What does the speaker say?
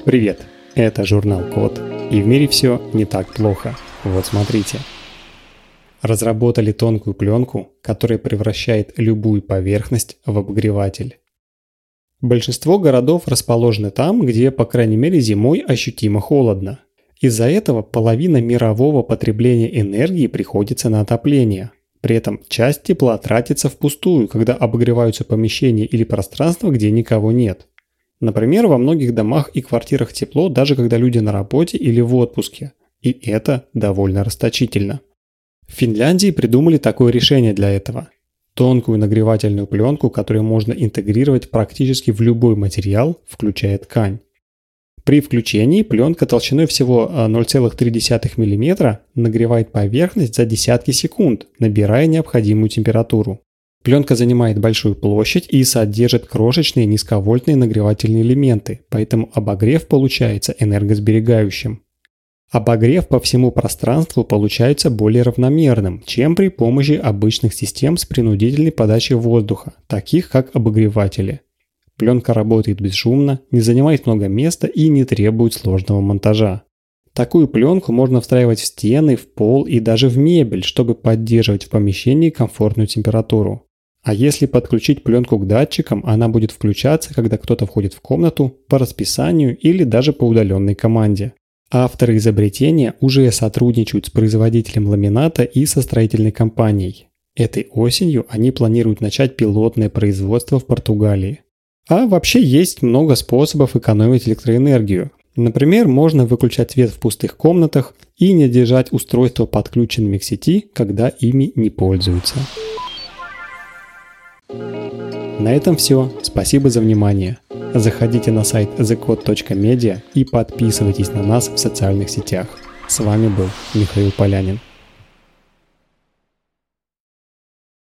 Привет, это журнал Код, и в мире все не так плохо. Вот смотрите. Разработали тонкую пленку, которая превращает любую поверхность в обогреватель. Большинство городов расположены там, где, по крайней мере, зимой ощутимо холодно. Из-за этого половина мирового потребления энергии приходится на отопление. При этом часть тепла тратится впустую, когда обогреваются помещения или пространства, где никого нет. Например, во многих домах и квартирах тепло, даже когда люди на работе или в отпуске. И это довольно расточительно. В Финляндии придумали такое решение для этого. Тонкую нагревательную пленку, которую можно интегрировать практически в любой материал, включая ткань. При включении пленка толщиной всего 0,3 мм нагревает поверхность за десятки секунд, набирая необходимую температуру. Пленка занимает большую площадь и содержит крошечные низковольтные нагревательные элементы, поэтому обогрев получается энергосберегающим. Обогрев по всему пространству получается более равномерным, чем при помощи обычных систем с принудительной подачей воздуха, таких как обогреватели. Пленка работает бесшумно, не занимает много места и не требует сложного монтажа. Такую пленку можно встраивать в стены, в пол и даже в мебель, чтобы поддерживать в помещении комфортную температуру. А если подключить пленку к датчикам, она будет включаться, когда кто-то входит в комнату, по расписанию или даже по удаленной команде. Авторы изобретения уже сотрудничают с производителем ламината и со строительной компанией. Этой осенью они планируют начать пилотное производство в Португалии. А вообще есть много способов экономить электроэнергию. Например, можно выключать свет в пустых комнатах и не держать устройства подключенными к сети, когда ими не пользуются. На этом все. Спасибо за внимание. Заходите на сайт thecode.media и подписывайтесь на нас в социальных сетях. С вами был Михаил Полянин.